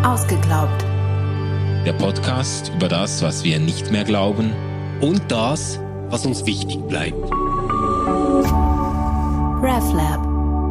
Ausgeglaubt. Der Podcast über das, was wir nicht mehr glauben und das, was uns wichtig bleibt. RefLab.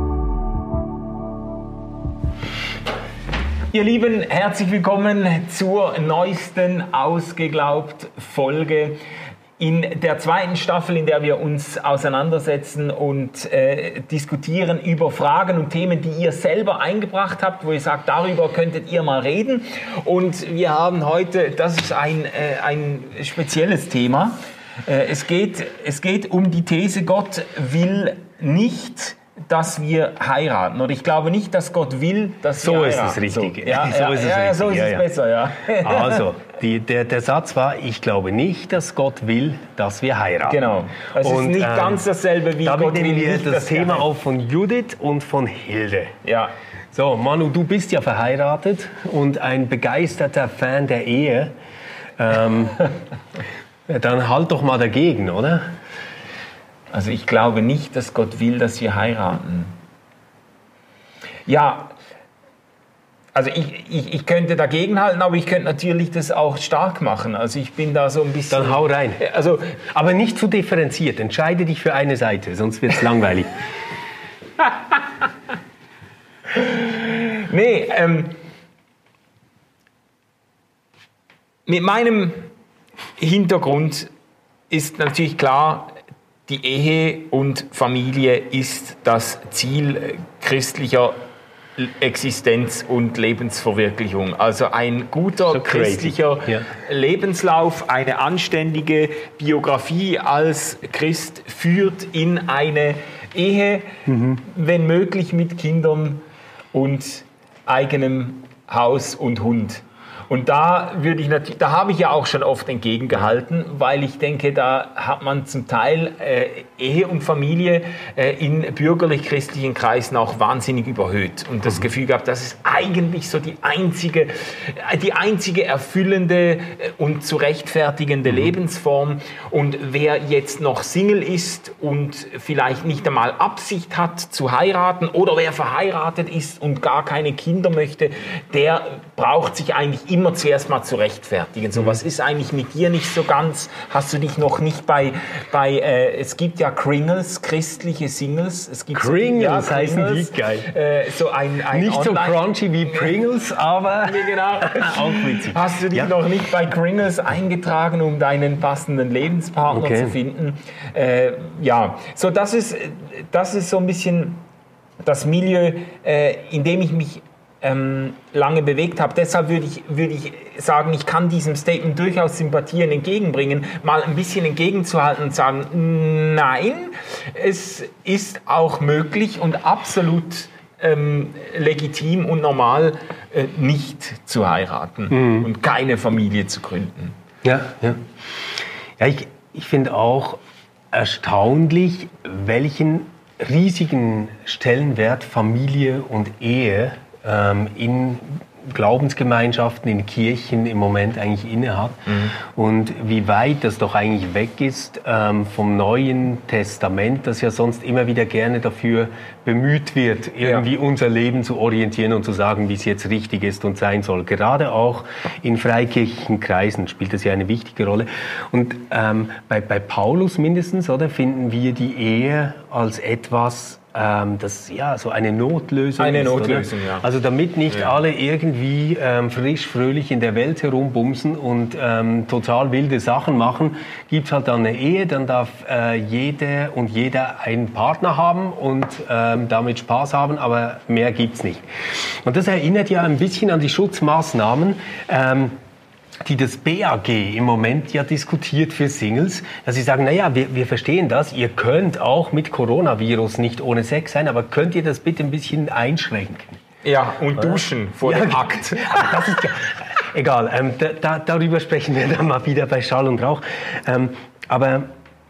Ihr Lieben, herzlich willkommen zur neuesten Ausgeglaubt-Folge in der zweiten Staffel, in der wir uns auseinandersetzen und diskutieren über Fragen und Themen, die ihr selber eingebracht habt, wo ihr sagt, darüber könntet ihr mal reden. Und wir haben heute, das ist ein spezielles Thema. Es geht um die These, Gott will nicht, dass wir heiraten. Oder ich glaube nicht, dass Gott will, dass wir heiraten. So ist es richtig. So ist es besser, ja. Also, der Satz war, ich glaube nicht, dass Gott will, dass wir heiraten. Genau. Es ist nicht ganz dasselbe wie Gott will. Damit nehmen wir nicht, das Thema auf von Judith und von Hilde. Ja. So, Manu, du bist ja verheiratet und ein begeisterter Fan der Ehe. Dann halt doch mal dagegen, oder? Also ich glaube nicht, dass Gott will, dass wir heiraten. Ja, also ich könnte dagegenhalten, aber ich könnte natürlich das auch stark machen. Also ich bin da so ein bisschen... Dann hau rein. Also, aber nicht zu differenziert. Entscheide dich für eine Seite, sonst wird es langweilig. Nee, mit meinem Hintergrund ist natürlich klar, die Ehe und Familie ist das Ziel christlicher Existenz und Lebensverwirklichung. Also ein guter so christlicher Lebenslauf, eine anständige Biografie als Christ führt in eine Ehe, wenn möglich mit Kindern und eigenem Haus und Hund. Und da habe ich ja auch schon oft entgegengehalten, weil ich denke, da hat man zum Teil Ehe und Familie in bürgerlich-christlichen Kreisen auch wahnsinnig überhöht und das Gefühl gehabt, das ist eigentlich so die einzige erfüllende und zu rechtfertigende Lebensform. Und wer jetzt noch Single ist und vielleicht nicht einmal Absicht hat zu heiraten oder wer verheiratet ist und gar keine Kinder möchte, der braucht sich eigentlich immer zuerst mal zu rechtfertigen. So, was ist eigentlich mit dir nicht so ganz? Hast du dich noch nicht es gibt ja Kringles, christliche Singles. Es gibt Kringles heißen die, geil. Nicht so crunchy wie Pringles, aber genau. Auch witzig. Hast du dich noch nicht bei Kringles eingetragen, um deinen passenden Lebenspartner zu finden? So das ist so ein bisschen das Milieu, in dem ich mich lange bewegt habe. Deshalb würde ich sagen, ich kann diesem Statement durchaus Sympathien entgegenbringen, mal ein bisschen entgegenzuhalten und sagen, nein, es ist auch möglich und absolut legitim und normal, nicht zu heiraten und keine Familie zu gründen. Ja, ich finde auch erstaunlich, welchen riesigen Stellenwert Familie und Ehe in Glaubensgemeinschaften, in Kirchen im Moment eigentlich innehat und wie weit das doch eigentlich weg ist vom Neuen Testament, das ja sonst immer wieder gerne dafür bemüht wird, irgendwie unser Leben zu orientieren und zu sagen, wie es jetzt richtig ist und sein soll. Gerade auch in freikirchlichen Kreisen spielt das ja eine wichtige Rolle. Und bei Paulus mindestens, oder, finden wir die Ehe als etwas, das so eine Notlösung ist. Eine Notlösung, ja. Also damit nicht alle irgendwie frisch, fröhlich in der Welt herumbumsen und total wilde Sachen machen, gibt es halt dann eine Ehe, dann darf jede und jeder einen Partner haben und damit Spaß haben, aber mehr gibt's nicht. Und das erinnert ja ein bisschen an die Schutzmaßnahmen, die das BAG im Moment ja diskutiert für Singles, dass sie sagen, naja, wir verstehen das, ihr könnt auch mit Coronavirus nicht ohne Sex sein, aber könnt ihr das bitte ein bisschen einschränken? Ja, und duschen vor dem Akt. Das ist egal, darüber sprechen wir dann mal wieder bei Schall und Rauch. Aber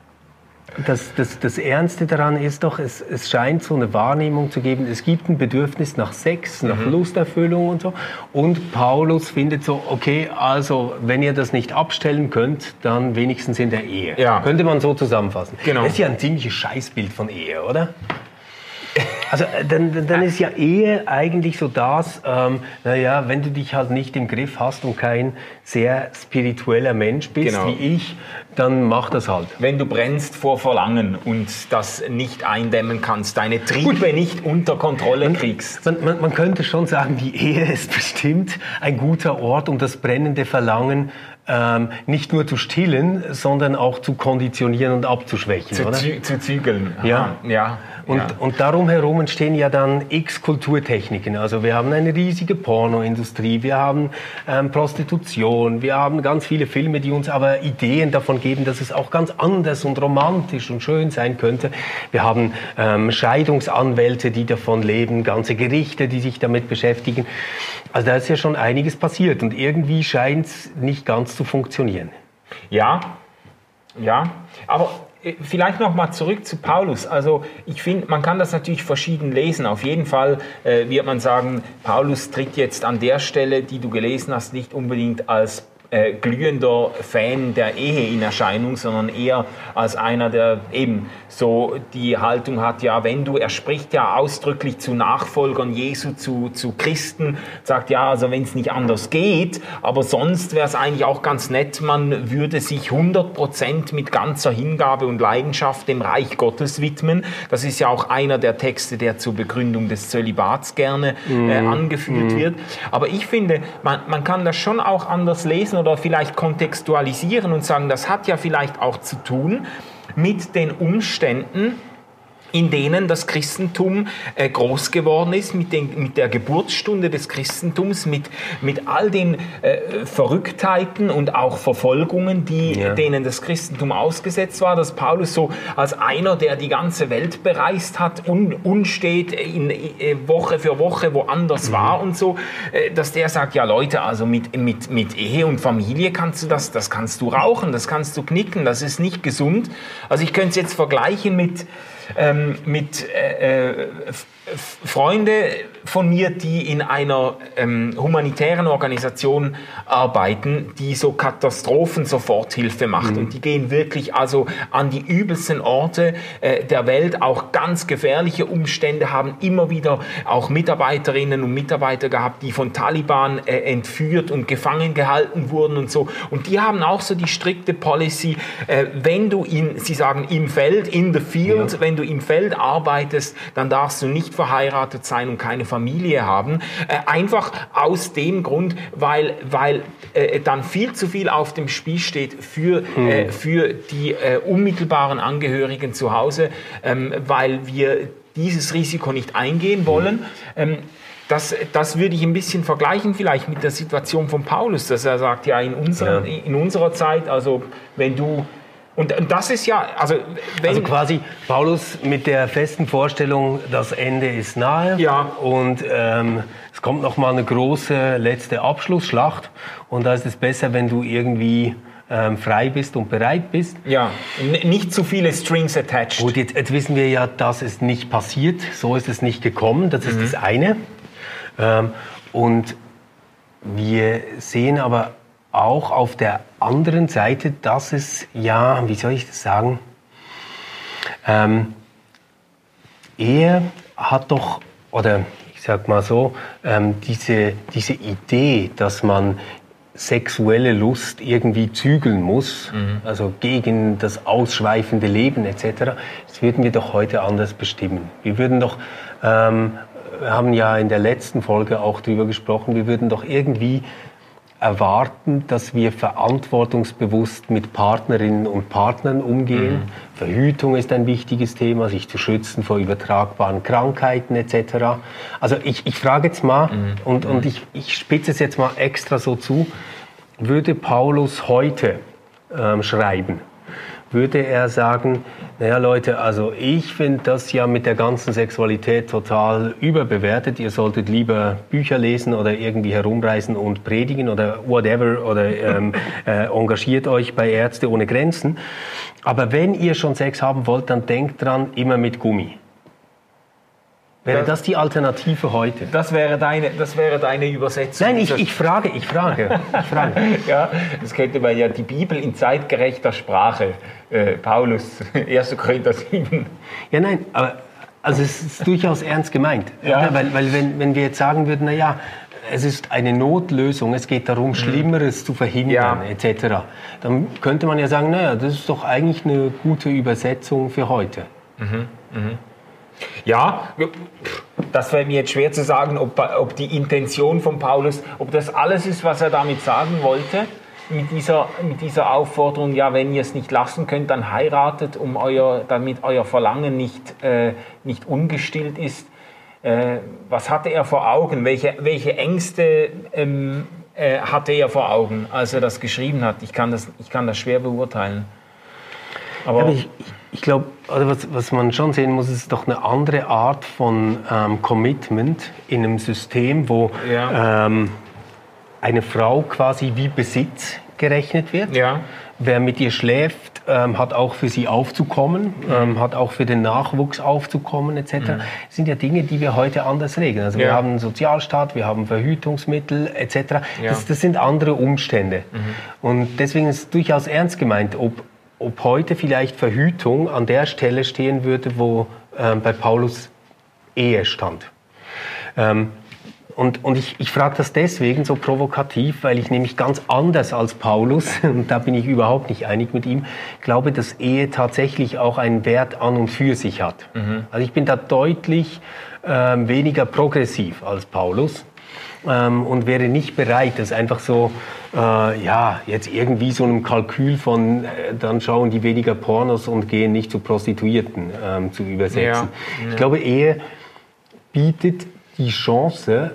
das Ernste daran ist doch, es scheint so eine Wahrnehmung zu geben, es gibt ein Bedürfnis nach Sex, nach Lusterfüllung und so. Und Paulus findet so, okay, also wenn ihr das nicht abstellen könnt, dann wenigstens in der Ehe. Ja. Könnte man so zusammenfassen. Genau. Das ist ja ein ziemliches Scheißbild von Ehe, oder? Also dann ist ja Ehe eigentlich so das, wenn du dich halt nicht im Griff hast und kein sehr spiritueller Mensch bist, genau, wie ich, dann mach das halt. Wenn du brennst vor Verlangen und das nicht eindämmen kannst, deine Triebe nicht unter Kontrolle kriegst. Man könnte schon sagen, die Ehe ist bestimmt ein guter Ort, um das brennende Verlangen nicht nur zu stillen, sondern auch zu konditionieren und abzuschwächen, zu zügeln. Ja. Und darum herum entstehen ja dann x Kulturtechniken. Also wir haben eine riesige Pornoindustrie, wir haben Prostitution, wir haben ganz viele Filme, die uns aber Ideen davon geben, dass es auch ganz anders und romantisch und schön sein könnte. Wir haben Scheidungsanwälte, die davon leben, ganze Gerichte, die sich damit beschäftigen. Also da ist ja schon einiges passiert und irgendwie scheint es nicht ganz zu funktionieren. Ja, aber vielleicht noch mal zurück zu Paulus. Also ich finde, man kann das natürlich verschieden lesen. Auf jeden Fall wird man sagen, Paulus tritt jetzt an der Stelle, die du gelesen hast, nicht unbedingt als glühender Fan der Ehe in Erscheinung, sondern eher als einer, der eben so die Haltung hat, ja, er spricht ja ausdrücklich zu Nachfolgern Jesu, zu Christen, sagt ja, also wenn es nicht anders geht, aber sonst wäre es eigentlich auch ganz nett, man würde sich 100% mit ganzer Hingabe und Leidenschaft dem Reich Gottes widmen. Das ist ja auch einer der Texte, der zur Begründung des Zölibats gerne angeführt wird. Aber ich finde, man kann das schon auch anders lesen oder vielleicht kontextualisieren und sagen, das hat ja vielleicht auch zu tun mit den Umständen, in denen das Christentum groß geworden ist, mit der Geburtsstunde des Christentums, mit all den Verrücktheiten und auch Verfolgungen, denen das Christentum ausgesetzt war, dass Paulus so als einer, der die ganze Welt bereist hat, unstet in Woche für Woche woanders war und so, dass der sagt, ja Leute, also mit Ehe und Familie kannst du das kannst du rauchen, das kannst du knicken, das ist nicht gesund. Also ich könnte es jetzt vergleichen mit Freunde von mir, die in einer humanitären Organisation arbeiten, die so Katastrophen-Soforthilfe macht. Und die gehen wirklich also an die übelsten Orte der Welt, auch ganz gefährliche Umstände, haben immer wieder auch Mitarbeiterinnen und Mitarbeiter gehabt, die von Taliban entführt und gefangen gehalten wurden und so. Und die haben auch so die strikte Policy, wenn du sie sagen im Feld, in the field, wenn du im Feld arbeitest, dann darfst du nicht verheiratet sein und keine Familie haben. Einfach aus dem Grund, weil dann viel zu viel auf dem Spiel steht für die unmittelbaren Angehörigen zu Hause, weil wir dieses Risiko nicht eingehen wollen. Das würde ich ein bisschen vergleichen vielleicht mit der Situation von Paulus, dass er sagt, ja, in unserer Zeit, also wenn du... Und das ist ja, also quasi Paulus mit der festen Vorstellung, das Ende ist nahe, und es kommt noch mal eine große letzte Abschlussschlacht und da ist es besser, wenn du irgendwie frei bist und bereit bist. Ja, nicht zu viele Strings attached. Gut, jetzt wissen wir ja, dass es nicht passiert, so ist es nicht gekommen, das ist das eine. Und wir sehen aber auch auf der anderen Seite, dass es, ja, wie soll ich das sagen, Ehe hat doch, oder ich sag mal so, diese Idee, dass man sexuelle Lust irgendwie zügeln muss, also gegen das ausschweifende Leben etc., das würden wir doch heute anders bestimmen. Wir würden doch, wir haben ja in der letzten Folge auch drüber gesprochen, wir würden doch irgendwie erwarten, dass wir verantwortungsbewusst mit Partnerinnen und Partnern umgehen. Verhütung ist ein wichtiges Thema, sich zu schützen vor übertragbaren Krankheiten etc. Also ich frage jetzt mal, und ich spitze es jetzt mal extra so zu, würde Paulus heute schreiben, würde er sagen, naja Leute, also ich finde das ja mit der ganzen Sexualität total überbewertet. Ihr solltet lieber Bücher lesen oder irgendwie herumreisen und predigen oder whatever oder engagiert euch bei Ärzte ohne Grenzen. Aber wenn ihr schon Sex haben wollt, dann denkt dran, immer mit Gummi. Wäre das die Alternative heute? Das wäre deine Übersetzung. Nein, ich frage. Ja, das könnte man ja die Bibel in zeitgerechter Sprache, Paulus, 1. Korinther 7. Ja, nein, aber Also es ist durchaus ernst gemeint. Ja. Weil wenn wir jetzt sagen würden, naja, es ist eine Notlösung, es geht darum, Schlimmeres zu verhindern, etc., dann könnte man ja sagen, naja, das ist doch eigentlich eine gute Übersetzung für heute. Ja, das wäre mir jetzt schwer zu sagen, ob die Intention von Paulus, ob das alles ist, was er damit sagen wollte, mit dieser Aufforderung, ja, wenn ihr es nicht lassen könnt, dann heiratet, damit euer Verlangen nicht ungestillt ist. Was hatte er vor Augen? Welche Ängste hatte er vor Augen, als er das geschrieben hat? Ich kann das schwer beurteilen. Aber ich glaube, also was man schon sehen muss, ist doch eine andere Art von Commitment in einem System, wo eine Frau quasi wie Besitz gerechnet wird. Ja. Wer mit ihr schläft, hat auch für sie aufzukommen, hat auch für den Nachwuchs aufzukommen etc. Das sind ja Dinge, die wir heute anders regeln. Also wir haben einen Sozialstaat, wir haben Verhütungsmittel etc. Ja. Das sind andere Umstände. Und deswegen ist es durchaus ernst gemeint, ob heute vielleicht Verhütung an der Stelle stehen würde, wo bei Paulus Ehe stand. Und ich frage das deswegen so provokativ, weil ich nämlich ganz anders als Paulus, und da bin ich überhaupt nicht einig mit ihm, glaube, dass Ehe tatsächlich auch einen Wert an und für sich hat. Also ich bin da deutlich weniger progressiv als Paulus und wäre nicht bereit, das einfach so, jetzt irgendwie so einem Kalkül von, dann schauen die weniger Pornos und gehen nicht zu Prostituierten zu übersetzen. Ja. Ich glaube, Ehe bietet die Chance,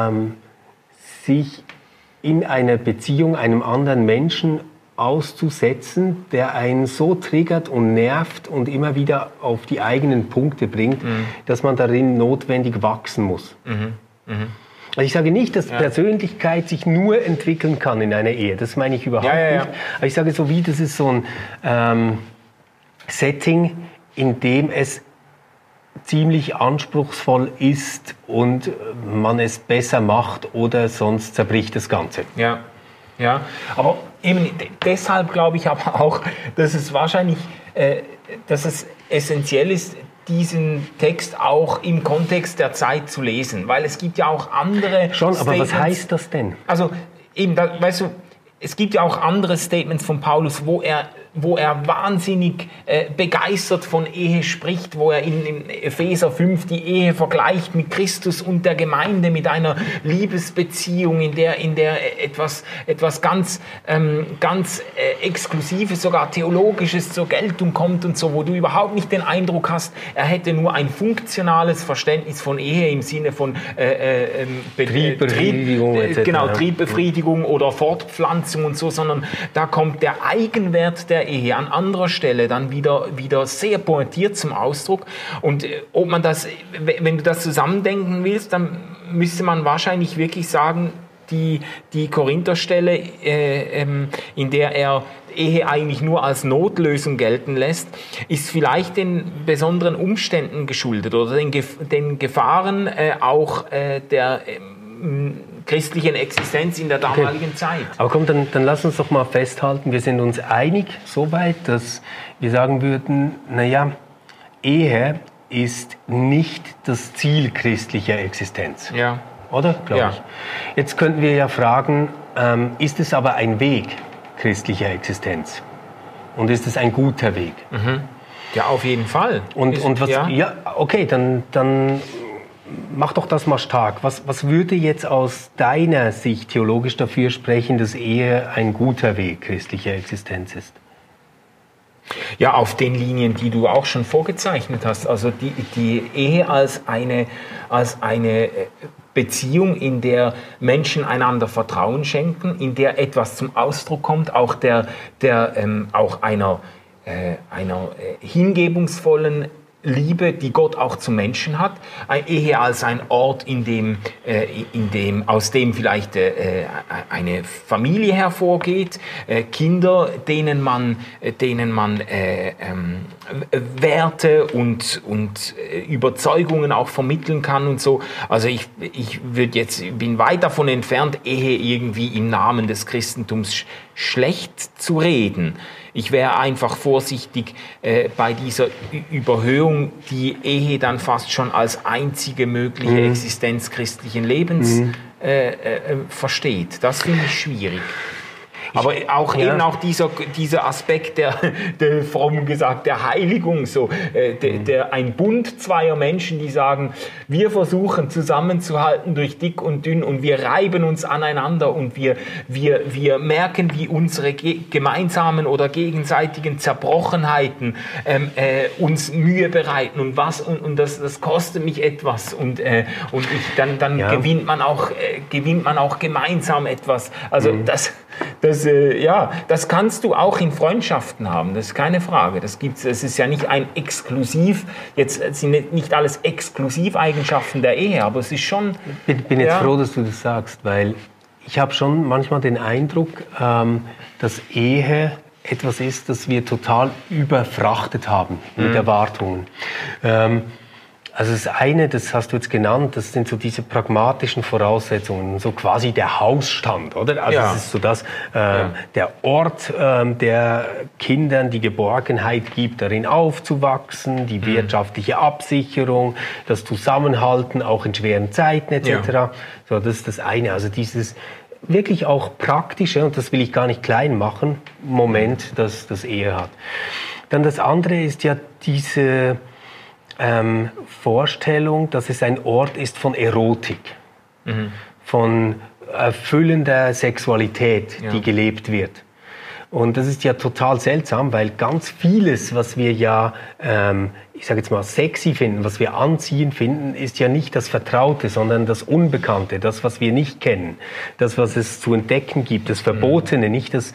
sich in einer Beziehung einem anderen Menschen auszusetzen, der einen so triggert und nervt und immer wieder auf die eigenen Punkte bringt, dass man darin notwendig wachsen muss. Also ich sage nicht, dass Persönlichkeit sich nur entwickeln kann in einer Ehe. Das meine ich überhaupt nicht. Aber ich sage so wie, das ist so ein Setting, in dem es ziemlich anspruchsvoll ist und man es besser macht oder sonst zerbricht das Ganze. Ja, aber eben deshalb glaube ich aber auch, dass es wahrscheinlich, dass es essentiell ist, diesen Text auch im Kontext der Zeit zu lesen, weil es gibt ja auch andere Schon, aber Statements. Was heißt das denn? Also eben, weißt du, es gibt ja auch andere Statements von Paulus, wo er wahnsinnig begeistert von Ehe spricht, wo er in Epheser 5 die Ehe vergleicht mit Christus und der Gemeinde, mit einer Liebesbeziehung, in der etwas ganz Exklusives, sogar Theologisches zur Geltung kommt und so, wo du überhaupt nicht den Eindruck hast, er hätte nur ein funktionales Verständnis von Ehe im Sinne von Triebbefriedigung etc. Genau, Triebbefriedigung oder Fortpflanzung und so, sondern da kommt der Eigenwert der Ehe an anderer Stelle dann wieder sehr pointiert zum Ausdruck. Und ob man das, wenn du das zusammendenken willst, dann müsste man wahrscheinlich wirklich sagen, die Korintherstelle, in der er Ehe eigentlich nur als Notlösung gelten lässt, ist vielleicht den besonderen Umständen geschuldet oder den Gefahren auch der christlichen Existenz in der damaligen Zeit. Aber komm, dann lass uns doch mal festhalten, wir sind uns einig soweit, dass wir sagen würden, naja, Ehe ist nicht das Ziel christlicher Existenz. Ja. Oder? Glaube ich. Jetzt könnten wir ja fragen, ist es aber ein Weg christlicher Existenz? Und ist es ein guter Weg? Ja, auf jeden Fall. Und was? Ja, okay, dann mach doch das mal stark. Was würde jetzt aus deiner Sicht theologisch dafür sprechen, dass Ehe ein guter Weg christlicher Existenz ist? Ja, auf den Linien, die du auch schon vorgezeichnet hast. Also die Ehe als eine Beziehung, in der Menschen einander Vertrauen schenken, in der etwas zum Ausdruck kommt, auch auch einer hingebungsvollen Liebe, die Gott auch zum Menschen hat, Ehe als ein Ort, aus dem vielleicht eine Familie hervorgeht, Kinder, denen man Werte und Überzeugungen auch vermitteln kann und so. Also ich bin weit davon entfernt, Ehe irgendwie im Namen des Christentums schlecht zu reden. Ich wäre einfach vorsichtig bei dieser Überhöhung, die Ehe dann fast schon als einzige mögliche Existenz christlichen Lebens versteht. Das finde ich schwierig. Aber auch eben auch dieser Aspekt der fromm gesagt, der Heiligung, so, ein Bund zweier Menschen, die sagen, wir versuchen zusammenzuhalten durch dick und dünn und wir reiben uns aneinander und wir merken, wie unsere gemeinsamen oder gegenseitigen Zerbrochenheiten uns Mühe bereiten und das kostet mich etwas und dann gewinnt man auch gemeinsam etwas. Also das kannst du auch in Freundschaften haben, das ist keine Frage. Das ist ja nicht ein Exklusiv, jetzt sind nicht alles Exklusiveigenschaften der Ehe, aber es ist schon... Ich bin jetzt froh, dass du das sagst, weil ich habe schon manchmal den Eindruck, dass Ehe etwas ist, das wir total überfrachtet haben mit Erwartungen. Also das eine, das hast du jetzt genannt, das sind so diese pragmatischen Voraussetzungen, so quasi der Hausstand, oder? Also es ist so das, der Ort, der Kindern die Geborgenheit gibt, darin aufzuwachsen, die wirtschaftliche Absicherung, das Zusammenhalten, auch in schweren Zeiten etc. Ja. So, das ist das eine, also dieses wirklich auch praktische, und das will ich gar nicht klein machen, Moment, das Ehe hat. Dann das andere ist ja diese Vorstellung, dass es ein Ort ist von Erotik, von erfüllender Sexualität, die gelebt wird. Und das ist ja total seltsam, weil ganz vieles, was wir ja, ich sage jetzt mal, sexy finden, was wir anziehen finden, ist ja nicht das Vertraute, sondern das Unbekannte, das, was wir nicht kennen, das, was es zu entdecken gibt, das Verbotene, nicht das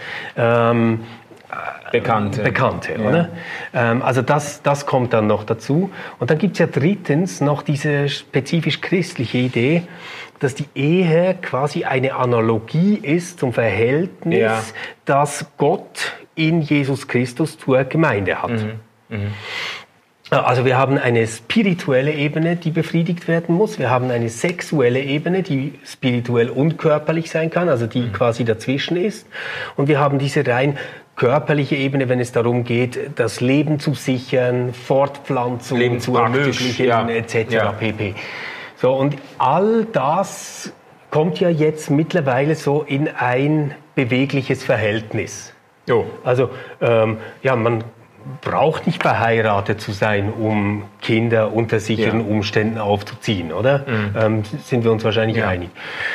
Bekannte, oder? Also das kommt dann noch dazu. Und dann gibt es ja drittens noch diese spezifisch christliche Idee, dass die Ehe quasi eine Analogie ist zum Verhältnis, das Gott in Jesus Christus zur Gemeinde hat. Also wir haben eine spirituelle Ebene, die befriedigt werden muss. Wir haben eine sexuelle Ebene, die spirituell und körperlich sein kann, also die quasi dazwischen ist. Und wir haben diese rein körperliche Ebene, wenn es darum geht, das Leben zu sichern, Fortpflanzung zu ermöglichen, etc. pp. So, und all das kommt ja jetzt mittlerweile so in ein bewegliches Verhältnis. Also man braucht nicht verheiratet zu sein, um Kinder unter sicheren Umständen aufzuziehen, oder? Sind wir uns wahrscheinlich einig.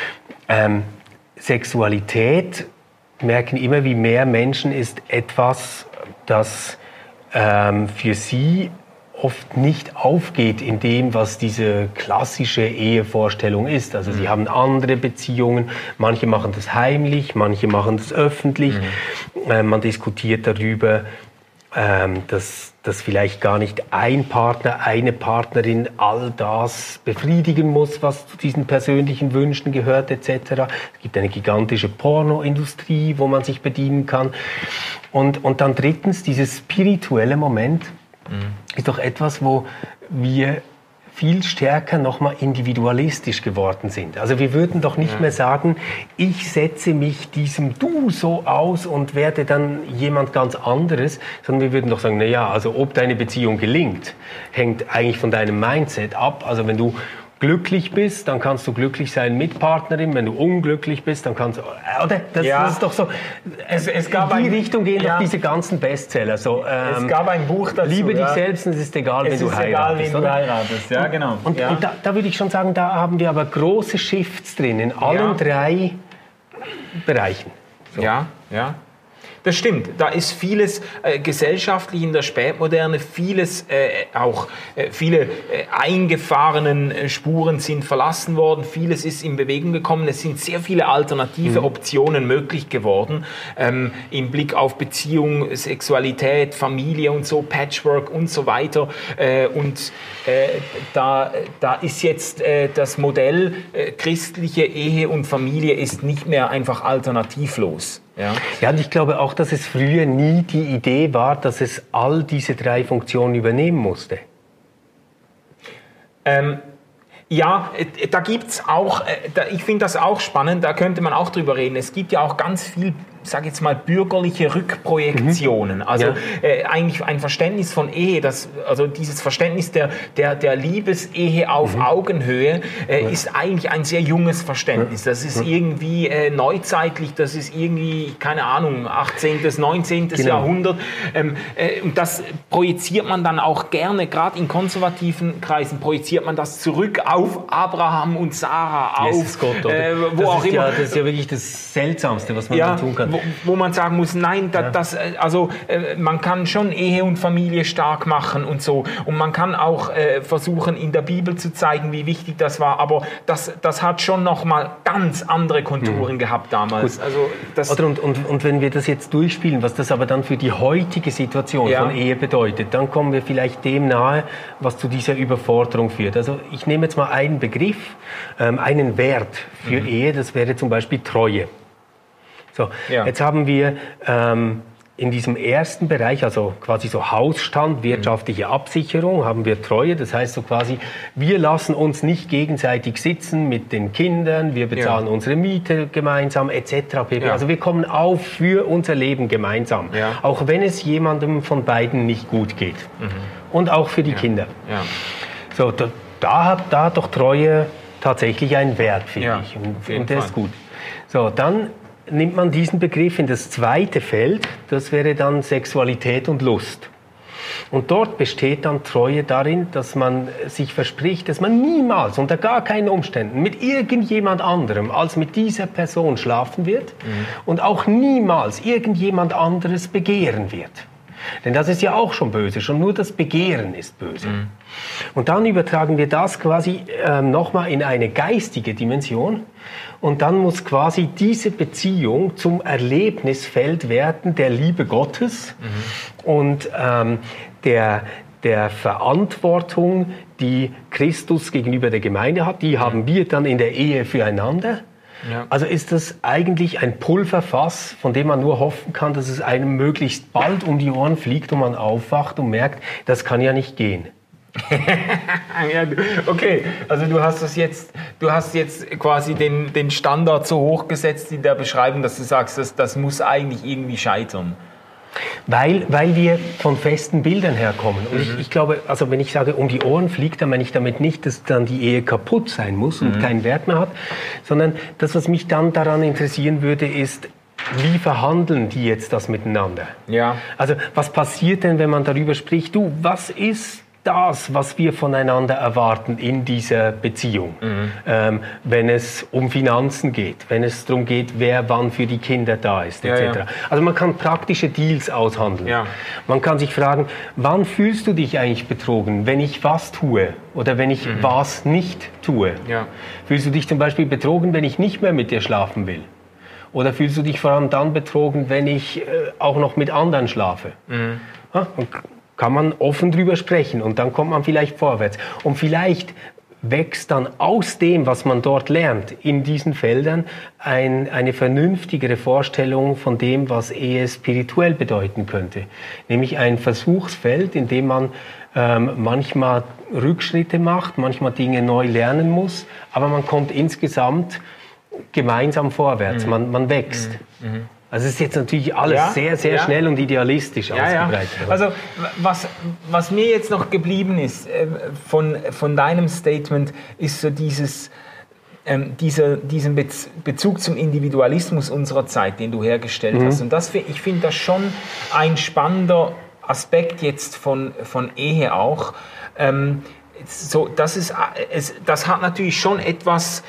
Sexualität, merken immer wie mehr Menschen, ist etwas, das für sie oft nicht aufgeht in dem, was diese klassische Ehevorstellung ist. Also sie haben andere Beziehungen, manche machen das heimlich, manche machen das öffentlich. Man diskutiert darüber, dass vielleicht gar nicht ein Partner, eine Partnerin all das befriedigen muss, was zu diesen persönlichen Wünschen gehört etc. Es gibt eine gigantische Pornoindustrie, wo man sich bedienen kann. Und dann drittens, dieses spirituelle Moment ist doch etwas, wo wir viel stärker nochmal individualistisch geworden sind. Also wir würden doch nicht mehr sagen, ich setze mich diesem Du so aus und werde dann jemand ganz anderes, sondern wir würden doch sagen, naja, also ob deine Beziehung gelingt, hängt eigentlich von deinem Mindset ab. Also wenn du glücklich bist, dann kannst du glücklich sein mit Partnerin. Wenn du unglücklich bist, dann kannst du... Oder? Das ist doch so... Es gab in die Richtung gehen doch diese ganzen Bestseller. So, es gab ein Buch dazu. Liebe dich selbst und es ist egal, wenn du heiratest. Ja, genau. Und da würde ich schon sagen, da haben wir aber große Shifts drin, in allen drei Bereichen. So. Ja. Das stimmt, da ist vieles gesellschaftlich in der Spätmoderne, vieles viele eingefahrenen Spuren sind verlassen worden, vieles ist in Bewegung gekommen, es sind sehr viele alternative Optionen möglich geworden, im Blick auf Beziehung, Sexualität, Familie und so, Patchwork und so weiter. Da ist jetzt das Modell christliche Ehe und Familie ist nicht mehr einfach alternativlos. Ja, und ich glaube auch, dass es früher nie die Idee war, dass es all diese 3 Funktionen übernehmen musste. Ja, da gibt es auch, ich finde das auch spannend, da könnte man auch drüber reden. Es gibt ja auch ganz viel, sage jetzt mal, bürgerliche Rückprojektionen. Also eigentlich ein Verständnis von Ehe, also dieses Verständnis der Liebesehe auf Augenhöhe ist eigentlich ein sehr junges Verständnis. Das ist irgendwie neuzeitlich, das ist irgendwie, keine Ahnung, 18., 19. Jahrhundert. Und das projiziert man dann auch gerne, gerade in konservativen Kreisen, projiziert man das zurück auf Abraham und Sarah, auf Gott, wo auch immer. Das ist ja wirklich das Seltsamste, was man dann tun kann. Wo man sagen muss, nein, man kann schon Ehe und Familie stark machen und so. Und man kann auch versuchen, in der Bibel zu zeigen, wie wichtig das war. Aber das hat schon nochmal ganz andere Konturen gehabt damals. Also und wenn wir das jetzt durchspielen, was das aber dann für die heutige Situation von Ehe bedeutet, dann kommen wir vielleicht dem nahe, was zu dieser Überforderung führt. Also ich nehme jetzt mal einen Begriff, einen Wert für Ehe, das wäre zum Beispiel Treue. So, jetzt haben wir in diesem ersten Bereich, also quasi so Hausstand, wirtschaftliche Absicherung, haben wir Treue. Das heißt so quasi, wir lassen uns nicht gegenseitig sitzen mit den Kindern, wir bezahlen unsere Miete gemeinsam etc. pp. Also wir kommen auf für unser Leben gemeinsam, auch wenn es jemandem von beiden nicht gut geht. Und auch für die Kinder. So, da hat doch Treue tatsächlich einen Wert, finde ich. Und der ist gut. So, dann nimmt man diesen Begriff in das zweite Feld, das wäre dann Sexualität und Lust. Und dort besteht dann Treue darin, dass man sich verspricht, dass man niemals, unter gar keinen Umständen, mit irgendjemand anderem als mit dieser Person schlafen wird und auch niemals irgendjemand anderes begehren wird. Denn das ist ja auch schon böse, schon nur das Begehren ist böse. Und dann übertragen wir das quasi nochmal in eine geistige Dimension und dann muss quasi diese Beziehung zum Erlebnisfeld werden der Liebe Gottes und der Verantwortung, die Christus gegenüber der Gemeinde hat, die haben wir dann in der Ehe füreinander. Ja. Also ist das eigentlich ein Pulverfass, von dem man nur hoffen kann, dass es einem möglichst bald um die Ohren fliegt und man aufwacht und merkt, das kann ja nicht gehen. Okay, also du hast jetzt quasi den Standard so hoch gesetzt in der Beschreibung, dass du sagst, das muss eigentlich irgendwie scheitern. Weil wir von festen Bildern herkommen. Und ich glaube, also wenn ich sage, um die Ohren fliegt, dann meine ich damit nicht, dass dann die Ehe kaputt sein muss und keinen Wert mehr hat, sondern das, was mich dann daran interessieren würde, ist, wie verhandeln die jetzt das miteinander? Ja. Also was passiert denn, wenn man darüber spricht, was ist das, was wir voneinander erwarten in dieser Beziehung, wenn es um Finanzen geht, wenn es darum geht, wer wann für die Kinder da ist, etc. Ja. Also man kann praktische Deals aushandeln. Ja. Man kann sich fragen, wann fühlst du dich eigentlich betrogen, wenn ich was tue oder wenn ich was nicht tue? Ja. Fühlst du dich zum Beispiel betrogen, wenn ich nicht mehr mit dir schlafen will? Oder fühlst du dich vor allem dann betrogen, wenn ich auch noch mit anderen schlafe? Ja, kann man offen drüber sprechen und dann kommt man vielleicht vorwärts. Und vielleicht wächst dann aus dem, was man dort lernt, in diesen Feldern, eine vernünftigere Vorstellung von dem, was Ehe spirituell bedeuten könnte. Nämlich ein Versuchsfeld, in dem man manchmal Rückschritte macht, manchmal Dinge neu lernen muss, aber man kommt insgesamt gemeinsam vorwärts, man wächst. Also es ist jetzt natürlich alles sehr schnell und idealistisch ausgebreitet. Ja. Also was mir jetzt noch geblieben ist von deinem Statement, ist so diesen Bezug zum Individualismus unserer Zeit, den du hergestellt hast. Und ich finde das schon ein spannender Aspekt jetzt von Ehe auch. Das hat natürlich schon etwas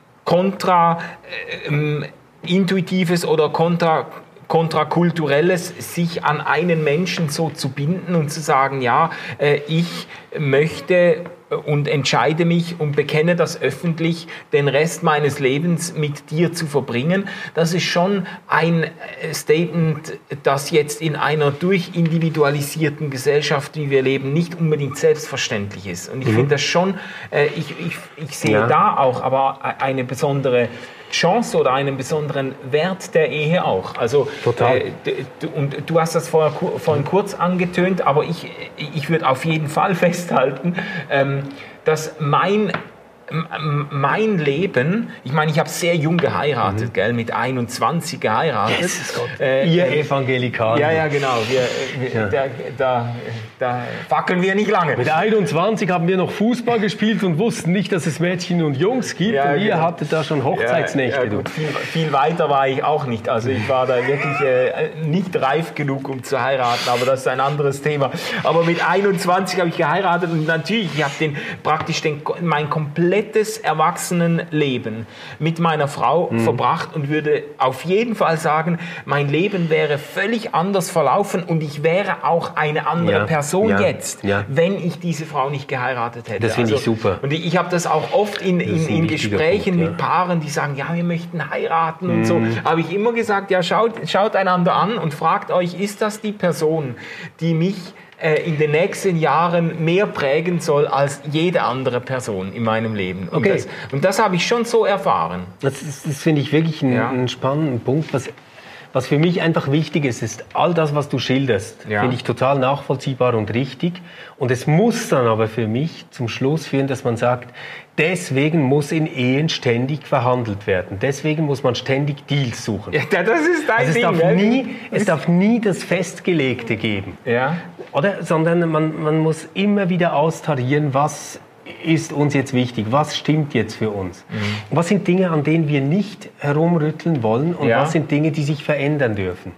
intuitives oder kontrakulturelles, sich an einen Menschen so zu binden und zu sagen, ich möchte und entscheide mich und bekenne das öffentlich, den Rest meines Lebens mit dir zu verbringen. Das ist schon ein Statement, das jetzt in einer durchindividualisierten Gesellschaft, wie wir leben, nicht unbedingt selbstverständlich ist. Und ich finde das schon, ich sehe da auch aber eine besondere Chance oder einen besonderen Wert der Ehe auch. Also, total. Und du hast das vorhin kurz angetönt, aber ich würde auf jeden Fall festhalten, dass mein Leben, ich meine, ich habe sehr jung geheiratet, gell, mit 21 geheiratet. Jesus Gott. Ihr Evangelikalen. Ja, genau. Da fackeln wir nicht lange. Mit 21 haben wir noch Fußball gespielt und wussten nicht, dass es Mädchen und Jungs gibt. Ja, und ihr genau. hattet da schon Hochzeitsnächte. Ja, gut, viel weiter war ich auch nicht. Also ich war da wirklich nicht reif genug, um zu heiraten, aber das ist ein anderes Thema. Aber mit 21 habe ich geheiratet und natürlich, ich habe praktisch mein komplettes Erwachsenenleben mit meiner Frau verbracht und würde auf jeden Fall sagen, mein Leben wäre völlig anders verlaufen und ich wäre auch eine andere Person jetzt, wenn ich diese Frau nicht geheiratet hätte. Das finde ich super. Und ich habe das auch oft in Gesprächen mit Paaren, die sagen, ja, wir möchten heiraten und so, habe ich immer gesagt, ja, schaut einander an und fragt euch, ist das die Person, die mich in den nächsten Jahren mehr prägen soll als jede andere Person in meinem Leben. Und das habe ich schon so erfahren. Das finde ich wirklich einen spannenden Punkt. Was für mich einfach wichtig ist all das, was du schilderst, finde ich total nachvollziehbar und richtig. Und es muss dann aber für mich zum Schluss führen, dass man sagt, deswegen muss in Ehen ständig verhandelt werden. Deswegen muss man ständig Deals suchen. Ja, das ist dein Ding. Es darf nie das Festgelegte geben. Ja. Oder? Sondern man muss immer wieder austarieren, was ist uns jetzt wichtig, was stimmt jetzt für uns. Was sind Dinge, an denen wir nicht herumrütteln wollen und was sind Dinge, die sich verändern dürfen.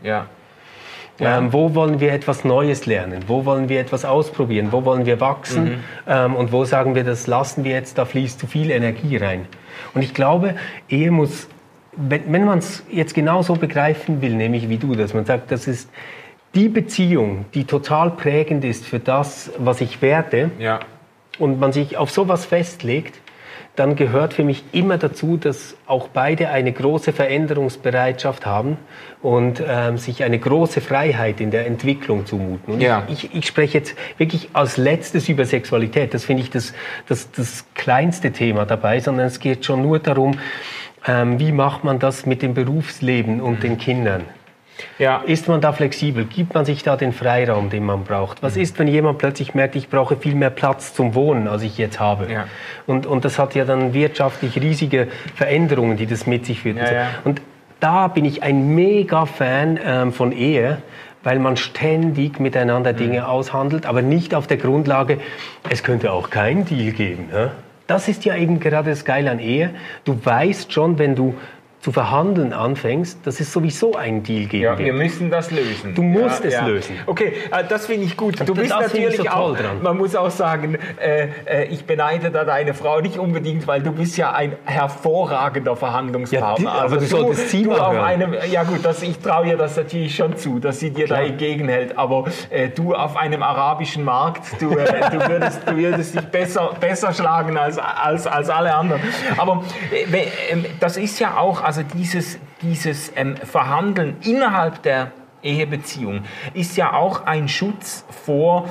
Wo wollen wir etwas Neues lernen, wo wollen wir etwas ausprobieren, wo wollen wir wachsen und wo sagen wir, das lassen wir jetzt, da fließt zu viel Energie rein. Und ich glaube, Ehe muss, wenn man es jetzt genauso begreifen will, nämlich wie du, dass man sagt, das ist die Beziehung, die total prägend ist für das, was ich werte, und man sich auf sowas festlegt, dann gehört für mich immer dazu, dass auch beide eine große Veränderungsbereitschaft haben und sich eine große Freiheit in der Entwicklung zumuten. Und ich spreche jetzt wirklich als letztes über Sexualität. Das finde ich das kleinste Thema dabei, sondern es geht schon nur darum, wie macht man das mit dem Berufsleben und den Kindern. Ist man da flexibel? Gibt man sich da den Freiraum, den man braucht? Was ist, wenn jemand plötzlich merkt, ich brauche viel mehr Platz zum Wohnen, als ich jetzt habe? Und das hat ja dann wirtschaftlich riesige Veränderungen, die das mit sich führt. Und da bin ich ein mega Fan von Ehe, weil man ständig miteinander Dinge aushandelt, aber nicht auf der Grundlage, es könnte auch keinen Deal geben. Ja? Das ist ja eben gerade das Geile an Ehe. Du weißt schon, wenn du zu verhandeln anfängst, dass es sowieso einen Deal geben wird. Wir müssen das lösen. Du musst es lösen. Okay, das finde ich gut. Du bist natürlich so auch, man muss auch sagen, ich beneide da deine Frau nicht unbedingt, weil du bist ja ein hervorragender Verhandlungspartner. Aber du solltest sie mal hören. Ich traue ihr das natürlich schon zu, dass sie dir da entgegenhält, aber du auf einem arabischen Markt, du würdest dich besser schlagen als alle anderen. Aber das ist ja auch, also dieses Verhandeln innerhalb der Ehebeziehung ist ja auch ein Schutz vor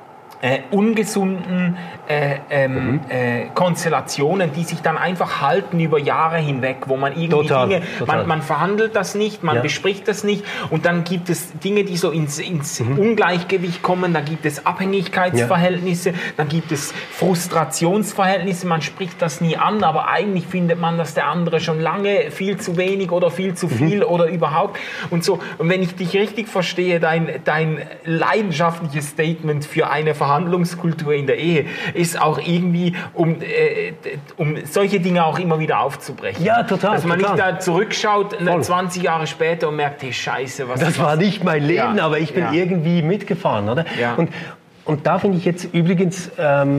ungesunden Konstellationen, die sich dann einfach halten über Jahre hinweg, wo man irgendwie Dinge, man verhandelt das nicht, man bespricht das nicht und dann gibt es Dinge, die so ins Ungleichgewicht kommen, dann gibt es Abhängigkeitsverhältnisse, dann gibt es Frustrationsverhältnisse, man spricht das nie an, aber eigentlich findet man, dass der andere schon lange viel zu wenig oder viel zu viel oder überhaupt und so. Und wenn ich dich richtig verstehe, dein leidenschaftliches Statement für eine Verhandlungskultur in der Ehe ist auch irgendwie, um solche Dinge auch immer wieder aufzubrechen. Ja, total. Dass man nicht da zurückschaut, 20 Jahre später und merkt, hey, Scheiße, das war nicht mein Leben, aber ich bin irgendwie mitgefahren, oder? Ja. Und da finde ich jetzt übrigens,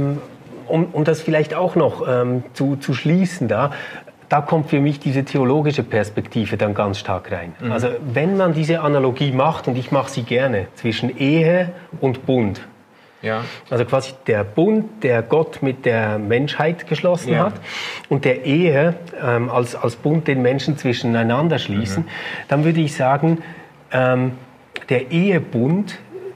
um das vielleicht auch noch zu schließen, da kommt für mich diese theologische Perspektive dann ganz stark rein. Also wenn man diese Analogie macht, und ich mache sie gerne, zwischen Ehe und Bund, also quasi der Bund, der Gott mit der Menschheit geschlossen hat und der Ehe als Bund, den Menschen zwischeneinander schließen, dann würde ich sagen, der Ehebund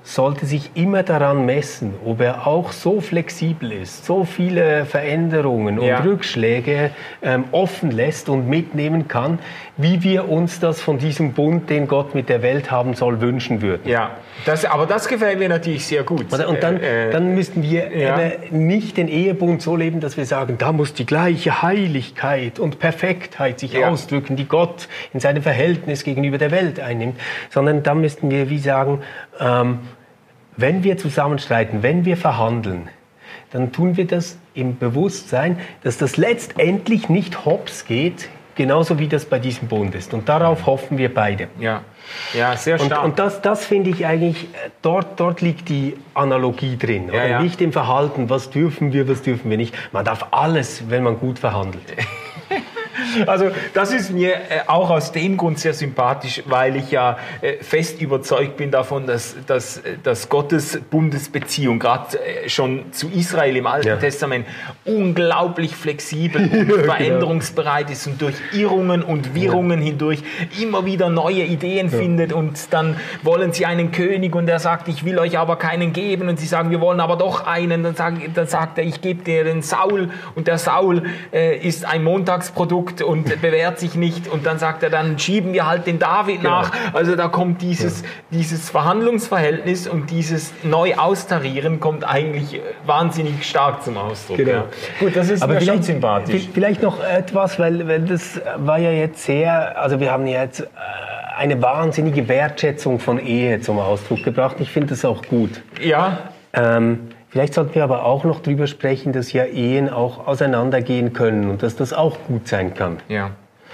sollte sich immer daran messen, ob er auch so flexibel ist, so viele Veränderungen und Rückschläge offen lässt und mitnehmen kann, wie wir uns das von diesem Bund, den Gott mit der Welt haben soll, wünschen würden. Ja, aber das gefällt mir natürlich sehr gut. Und dann müssten wir nicht den Ehebund so leben, dass wir sagen, da muss die gleiche Heiligkeit und Perfektheit sich ausdrücken, die Gott in seinem Verhältnis gegenüber der Welt einnimmt, sondern da müssten wir wie sagen, wenn wir zusammenstreiten, wenn wir verhandeln, dann tun wir das im Bewusstsein, dass das letztendlich nicht hops geht, genauso wie das bei diesem Bund ist. Und darauf hoffen wir beide. Ja, sehr stark. Und das finde ich eigentlich, dort liegt die Analogie drin. Oder? Nicht im Verhalten, was dürfen wir nicht. Man darf alles, wenn man gut verhandelt. Also das ist mir auch aus dem Grund sehr sympathisch, weil ich ja fest überzeugt bin davon, dass Gottes Bundesbeziehung gerade schon zu Israel im Alten Testament unglaublich flexibel und veränderungsbereit ist und durch Irrungen und Wirrungen hindurch immer wieder neue Ideen findet und dann wollen sie einen König und er sagt, ich will euch aber keinen geben und sie sagen, wir wollen aber doch einen, dann sagt er, ich gebe dir den Saul und der Saul ist ein Montagsprodukt und bewährt sich nicht und dann sagt er, dann schieben wir halt den David nach. Also da kommt dieses Verhandlungsverhältnis und dieses Neu-Austarieren kommt eigentlich wahnsinnig stark zum Ausdruck. Genau. Ja. Gut, das ist mir schon sympathisch. Vielleicht noch etwas, weil das war ja jetzt sehr, also wir haben ja jetzt eine wahnsinnige Wertschätzung von Ehe zum Ausdruck gebracht. Ich finde das auch gut. Ja. Vielleicht sollten wir aber auch noch drüber sprechen, dass ja Ehen auch auseinandergehen können und dass das auch gut sein kann. Ja.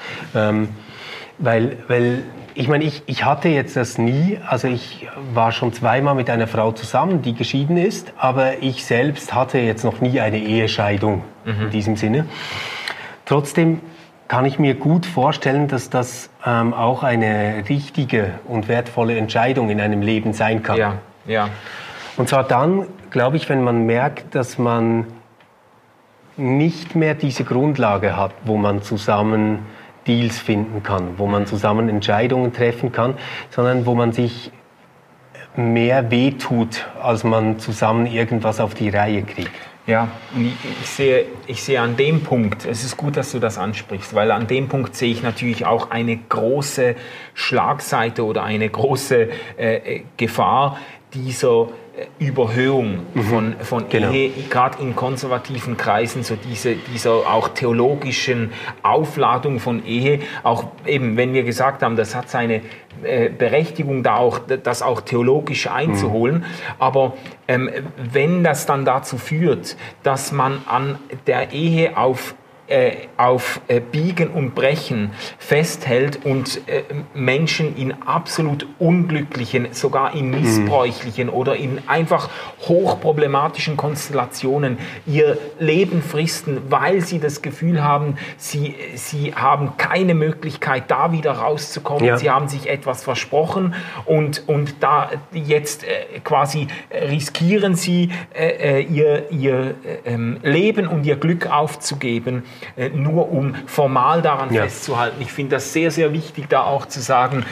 Weil ich meine, ich hatte jetzt das nie, also ich war schon zweimal mit einer Frau zusammen, die geschieden ist, aber ich selbst hatte jetzt noch nie eine Ehescheidung in diesem Sinne. Trotzdem kann ich mir gut vorstellen, dass das auch eine richtige und wertvolle Entscheidung in einem Leben sein kann. Ja. Und zwar dann, glaube ich, wenn man merkt, dass man nicht mehr diese Grundlage hat, wo man zusammen Deals finden kann, wo man zusammen Entscheidungen treffen kann, sondern wo man sich mehr wehtut, als man zusammen irgendwas auf die Reihe kriegt. Ja, ich sehe an dem Punkt, es ist gut, dass du das ansprichst, weil an dem Punkt sehe ich natürlich auch eine große Schlagseite oder eine große Gefahr dieser Überhöhung von Ehe, gerade in konservativen Kreisen, so dieser auch theologischen Aufladung von Ehe, auch eben, wenn wir gesagt haben, das hat seine Berechtigung, das auch theologisch einzuholen, aber wenn das dann dazu führt, dass man an der Ehe auf Biegen und Brechen festhält und Menschen in absolut unglücklichen, sogar in missbräuchlichen oder in einfach hochproblematischen Konstellationen ihr Leben fristen, weil sie das Gefühl haben, sie haben keine Möglichkeit, da wieder rauszukommen. Ja. Sie haben sich etwas versprochen und da jetzt quasi riskieren sie ihr Leben und ihr Glück aufzugeben, nur um formal daran festzuhalten. Ich finde das sehr, sehr wichtig, da auch zu sagen,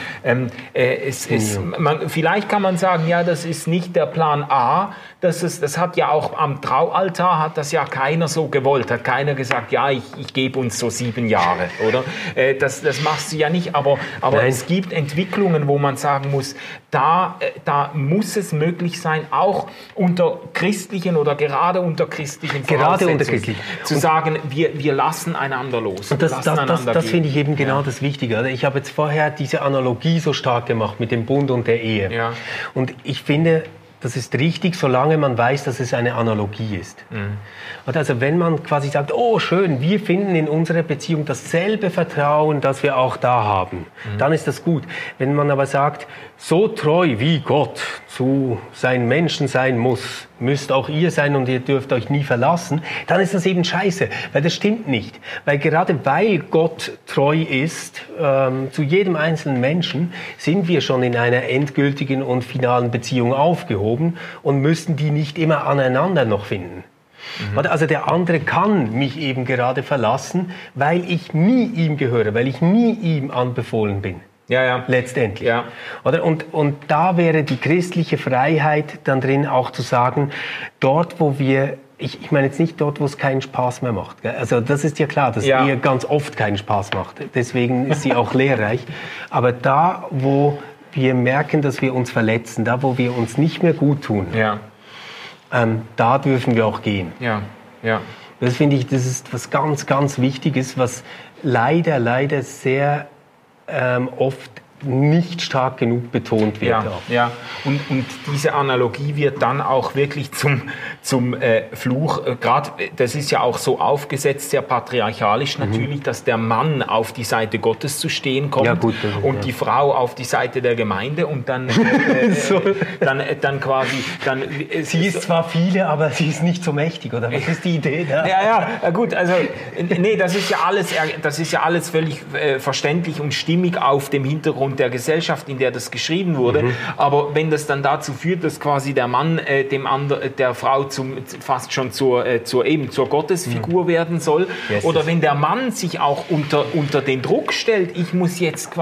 vielleicht kann man sagen, ja, das ist nicht der Plan A, das hat ja auch am Traualtar, hat das ja keiner so gewollt, hat keiner gesagt, ja, ich gebe uns so 7 Jahre, oder? Das machst du ja nicht, aber es gibt Entwicklungen, wo man sagen muss, da muss es möglich sein, auch unter christlichen oder gerade unter christlichen Voraussetzungen zu sagen, wir lassen einander los. Und das finde ich eben genau das Wichtige. Ich habe jetzt vorher diese Analogie so stark gemacht mit dem Bund und der Ehe. Ja. Und ich finde, das ist richtig, solange man weiß, dass es eine Analogie ist. Also wenn man quasi sagt, oh schön, wir finden in unserer Beziehung dasselbe Vertrauen, das wir auch da haben, dann ist das gut. Wenn man aber sagt, so treu wie Gott zu seinen Menschen sein muss, müsst auch ihr sein und ihr dürft euch nie verlassen, dann ist das eben scheiße, weil das stimmt nicht. Weil gerade weil Gott treu ist zu jedem einzelnen Menschen, sind wir schon in einer endgültigen und finalen Beziehung aufgehoben und müssen die nicht immer aneinander noch finden. Also der andere kann mich eben gerade verlassen, weil ich nie ihm gehöre, weil ich nie ihm anbefohlen bin. Ja. Letztendlich. Ja. Oder? Und da wäre die christliche Freiheit dann drin, auch zu sagen, dort, wo wir, ich meine jetzt nicht dort, wo es keinen Spaß mehr macht. Gell? Also das ist ja klar, dass Ehe ganz oft keinen Spaß macht. Deswegen ist sie auch lehrreich. Aber da, wo wir merken, dass wir uns verletzen, da, wo wir uns nicht mehr gut tun, da dürfen wir auch gehen. Ja. Das finde ich, das ist was ganz, ganz Wichtiges, was leider sehr oft nicht stark genug betont wird. Ja. Und diese Analogie wird dann auch wirklich zum Fluch. Gerade, das ist ja auch so aufgesetzt, sehr patriarchalisch natürlich, dass der Mann auf die Seite Gottes zu stehen kommt und die Frau auf die Seite der Gemeinde und dann dann quasi... Sie ist zwar viele, aber sie ist nicht so mächtig, oder was ist die Idee da? Ja, gut, also nee, das ist ja alles völlig verständlich und stimmig auf dem Hintergrund der Gesellschaft, in der das geschrieben wurde. Aber wenn das dann dazu führt, dass quasi der Mann der Frau fast schon zur Gottesfigur werden soll, oder wenn der Mann sich auch unter den Druck stellt, ich muss jetzt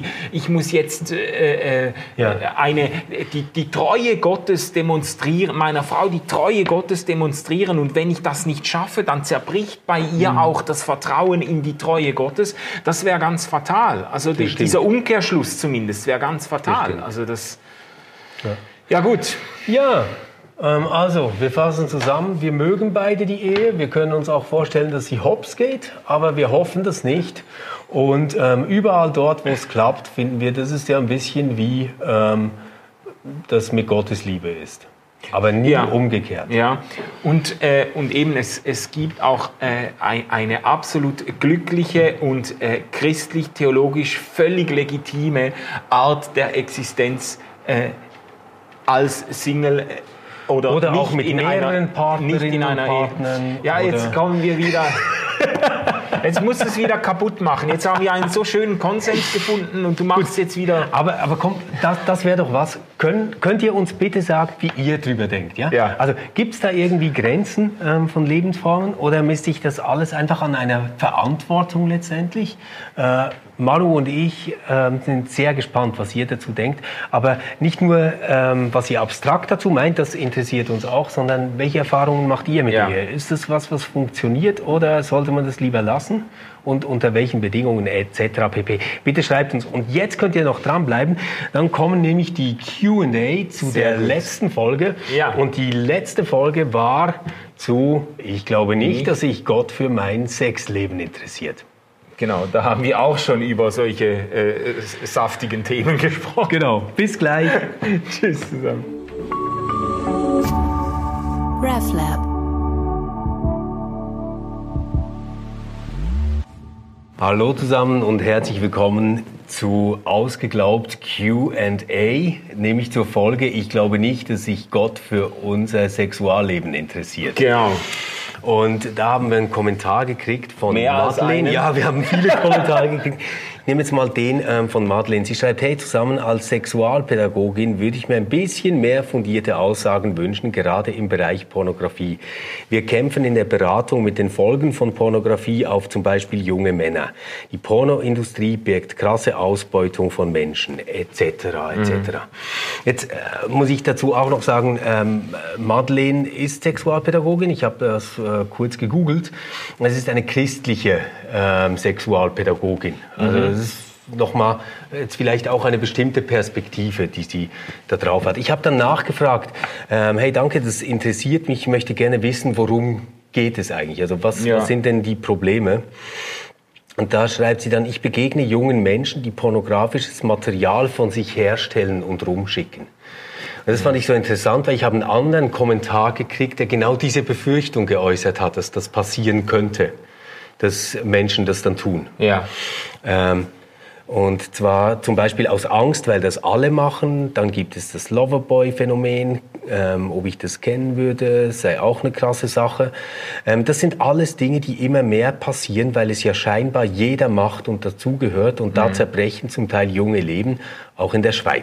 die Treue Gottes demonstrieren, meiner Frau die Treue Gottes demonstrieren, und wenn ich das nicht schaffe, dann zerbricht bei ihr auch das Vertrauen in die Treue Gottes. Das wäre ganz fatal. Also dieser Umkehrschluss zumindest wäre ganz fatal. Also das... Ja gut. Ja, also wir fassen zusammen. Wir mögen beide die Ehe. Wir können uns auch vorstellen, dass sie hops geht, aber wir hoffen das nicht. Und überall dort, wo es klappt, finden wir, das ist ja ein bisschen wie das mit Gottes Liebe ist. Aber nie umgekehrt. Ja, und eben es gibt auch eine absolut glückliche und christlich-theologisch völlig legitime Art der Existenz als Single oder nicht auch mit mehreren Partnerinnen und Partnern. Ja, jetzt kommen wir wieder... Jetzt musst du es wieder kaputt machen. Jetzt haben wir einen so schönen Konsens gefunden und du machst jetzt wieder... Aber komm, das wäre doch was. Könnt ihr uns bitte sagen, wie ihr drüber denkt? Ja? Also gibt es da irgendwie Grenzen von Lebensformen oder misst sich das alles einfach an einer Verantwortung letztendlich? Maru und ich sind sehr gespannt, was ihr dazu denkt. Aber nicht nur, was ihr abstrakt dazu meint, das interessiert uns auch, sondern welche Erfahrungen macht ihr mit ihr? Ist das was funktioniert oder sollte man das lieber lassen? Und unter welchen Bedingungen etc. pp. Bitte schreibt uns. Und jetzt könnt ihr noch dranbleiben. Dann kommen nämlich die Q&A zu der letzten Folge. Ja. Und die letzte Folge war zu, ich glaube nicht, dass sich Gott für mein Sexleben interessiert. Genau, da haben wir auch schon über solche saftigen Themen gesprochen. Genau, bis gleich. Tschüss zusammen. RefLab. Hallo zusammen und herzlich willkommen zu Ausgeglaubt Q&A, nämlich zur Folge, ich glaube nicht, dass sich Gott für unser Sexualleben interessiert. Genau. Und da haben wir einen Kommentar gekriegt von Madeleine. Ja, wir haben viele Kommentare gekriegt. Ich nehme jetzt mal den von Madeleine. Sie schreibt, hey, zusammen als Sexualpädagogin würde ich mir ein bisschen mehr fundierte Aussagen wünschen, gerade im Bereich Pornografie. Wir kämpfen in der Beratung mit den Folgen von Pornografie auf zum Beispiel junge Männer. Die Pornoindustrie birgt krasse Ausbeutung von Menschen, etc. etc. Jetzt muss ich dazu auch noch sagen, Madeleine ist Sexualpädagogin. Ich habe das kurz gegoogelt. Es ist eine christliche Sexualpädagogin. Also das ist nochmal jetzt vielleicht auch eine bestimmte Perspektive, die sie da drauf hat. Ich habe dann nachgefragt, hey, danke, das interessiert mich, ich möchte gerne wissen, worum geht es eigentlich? Also was sind denn die Probleme? Und da schreibt sie dann, ich begegne jungen Menschen, die pornografisches Material von sich herstellen und rumschicken. Und das fand ich so interessant, weil ich habe einen anderen Kommentar gekriegt, der genau diese Befürchtung geäußert hat, dass das passieren könnte, dass Menschen das dann tun. Ja. Und zwar zum Beispiel aus Angst, weil das alle machen. Dann gibt es das Loverboy-Phänomen. Ob ich das kennen würde, sei auch eine krasse Sache. Das sind alles Dinge, die immer mehr passieren, weil es ja scheinbar jeder macht und dazugehört. Und da zerbrechen zum Teil junge Leben, auch in der Schweiz.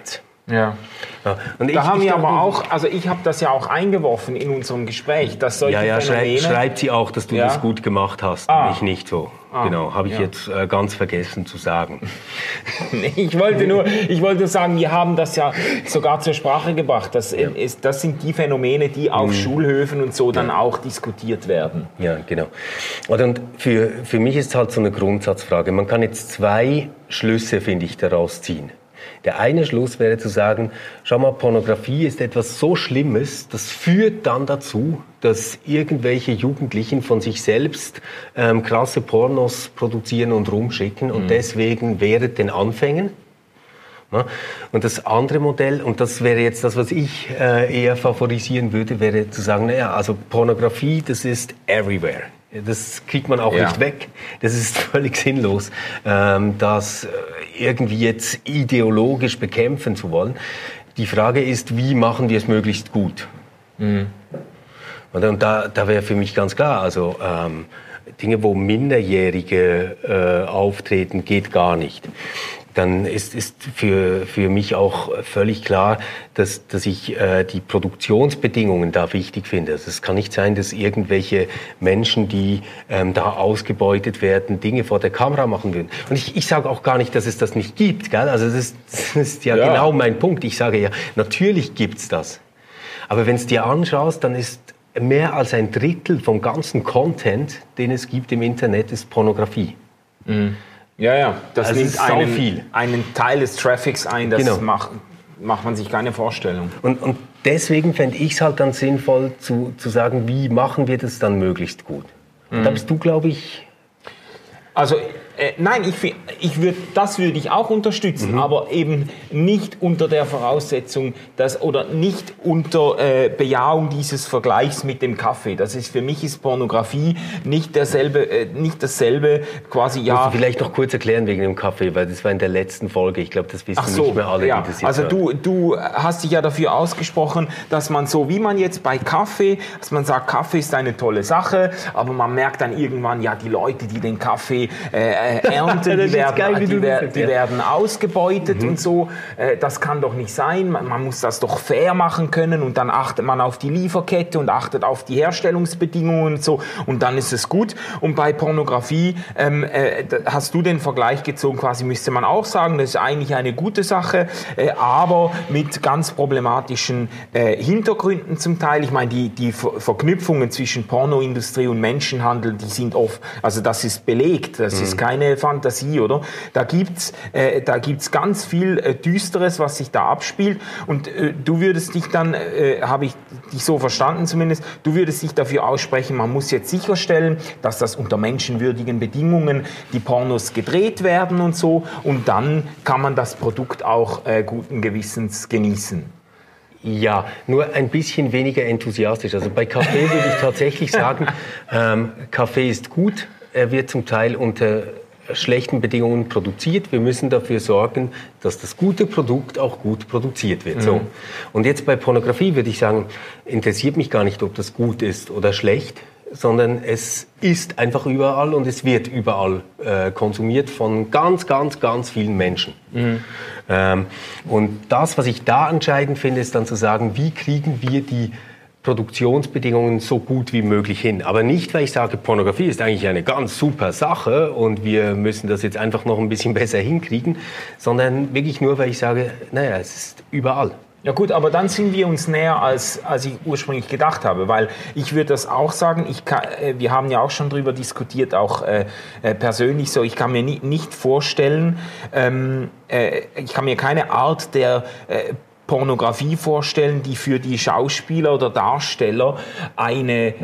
Ja. Und da haben wir aber auch, also ich habe das ja auch eingeworfen in unserem Gespräch, dass solche Phänomene... schreibt sie auch, dass du das gut gemacht hast, ich nicht so. Genau, habe ich jetzt ganz vergessen zu sagen. Ich wollte sagen, wir haben das ja sogar zur Sprache gebracht. Das sind die Phänomene, die auf Schulhöfen und so dann auch diskutiert werden. Ja, genau. Und für mich ist es halt so eine Grundsatzfrage. Man kann jetzt 2 Schlüsse, finde ich, daraus ziehen. Der eine Schluss wäre zu sagen, schau mal, Pornografie ist etwas so Schlimmes, das führt dann dazu, dass irgendwelche Jugendlichen von sich selbst krasse Pornos produzieren und rumschicken und deswegen während den Anfängen. Ja, und das andere Modell, und das wäre jetzt das, was ich eher favorisieren würde, wäre zu sagen, naja, also Pornografie, das ist everywhere. Das kriegt man auch nicht weg. Das ist völlig sinnlos, das irgendwie jetzt ideologisch bekämpfen zu wollen. Die Frage ist, wie machen wir es möglichst gut? Und da wäre für mich ganz klar, also Dinge, wo Minderjährige auftreten, geht gar nicht. Dann ist für mich auch völlig klar, dass ich die Produktionsbedingungen da wichtig finde. Also es kann nicht sein, dass irgendwelche Menschen, die da ausgebeutet werden, Dinge vor der Kamera machen würden. Und ich sage auch gar nicht, dass es das nicht gibt. Gell? Also das ist ja genau mein Punkt. Ich sage ja, natürlich gibt's das. Aber wenn es dir anschaust, dann ist mehr als ein Drittel vom ganzen Content, den es gibt im Internet, ist Pornografie. Ja, das also nimmt einen Teil des Traffics ein, das macht man sich keine Vorstellung. Und deswegen fände ich es halt dann sinnvoll zu sagen, wie machen wir das dann möglichst gut? Und da bist du, glaube ich... Also nein, das würde ich auch unterstützen, aber eben nicht unter der Voraussetzung, oder nicht unter Bejahung dieses Vergleichs mit dem Kaffee. Für mich ist Pornografie nicht dasselbe quasi, Musst du vielleicht noch kurz erklären wegen dem Kaffee, weil das war in der letzten Folge, ich glaube, das wissen nicht mehr alle, die das jetzt also du hast dich ja dafür ausgesprochen, dass man so, wie man jetzt bei Kaffee, dass man sagt, Kaffee ist eine tolle Sache, aber man merkt dann irgendwann, ja, die Leute, die den Kaffee ernten, die werden ausgebeutet und so. Das kann doch nicht sein. Man muss das doch fair machen können und dann achtet man auf die Lieferkette und achtet auf die Herstellungsbedingungen und so und dann ist es gut. Und bei Pornografie hast du den Vergleich gezogen, quasi müsste man auch sagen, das ist eigentlich eine gute Sache, aber mit ganz problematischen Hintergründen zum Teil. Ich meine, die Verknüpfungen zwischen Pornoindustrie und Menschenhandel, die sind oft, also das ist belegt, das ist keine Fantasie, oder? Da gibt's ganz viel Düsteres, was sich da abspielt und du würdest dich dann, habe ich dich so verstanden zumindest, du würdest dich dafür aussprechen, man muss jetzt sicherstellen, dass das unter menschenwürdigen Bedingungen die Pornos gedreht werden und so und dann kann man das Produkt auch guten Gewissens genießen. Ja, nur ein bisschen weniger enthusiastisch. Also bei Kaffee würde ich tatsächlich sagen, Kaffee ist gut, er wird zum Teil unter schlechten Bedingungen produziert. Wir müssen dafür sorgen, dass das gute Produkt auch gut produziert wird. So. Und jetzt bei Pornografie würde ich sagen, interessiert mich gar nicht, ob das gut ist oder schlecht, sondern es ist einfach überall und es wird überall konsumiert von ganz, ganz, ganz vielen Menschen. Und das, was ich da entscheidend finde, ist dann zu sagen, wie kriegen wir die Produktionsbedingungen so gut wie möglich hin. Aber nicht, weil ich sage, Pornografie ist eigentlich eine ganz super Sache und wir müssen das jetzt einfach noch ein bisschen besser hinkriegen, sondern wirklich nur, weil ich sage, naja, es ist überall. Ja gut, aber dann sind wir uns näher, als ich ursprünglich gedacht habe, weil ich würde das auch sagen, wir haben ja auch schon darüber diskutiert, auch persönlich so, ich kann mir nicht vorstellen, ich kann mir keine Art der Pornografie vorstellen, die für die Schauspieler oder Darsteller eine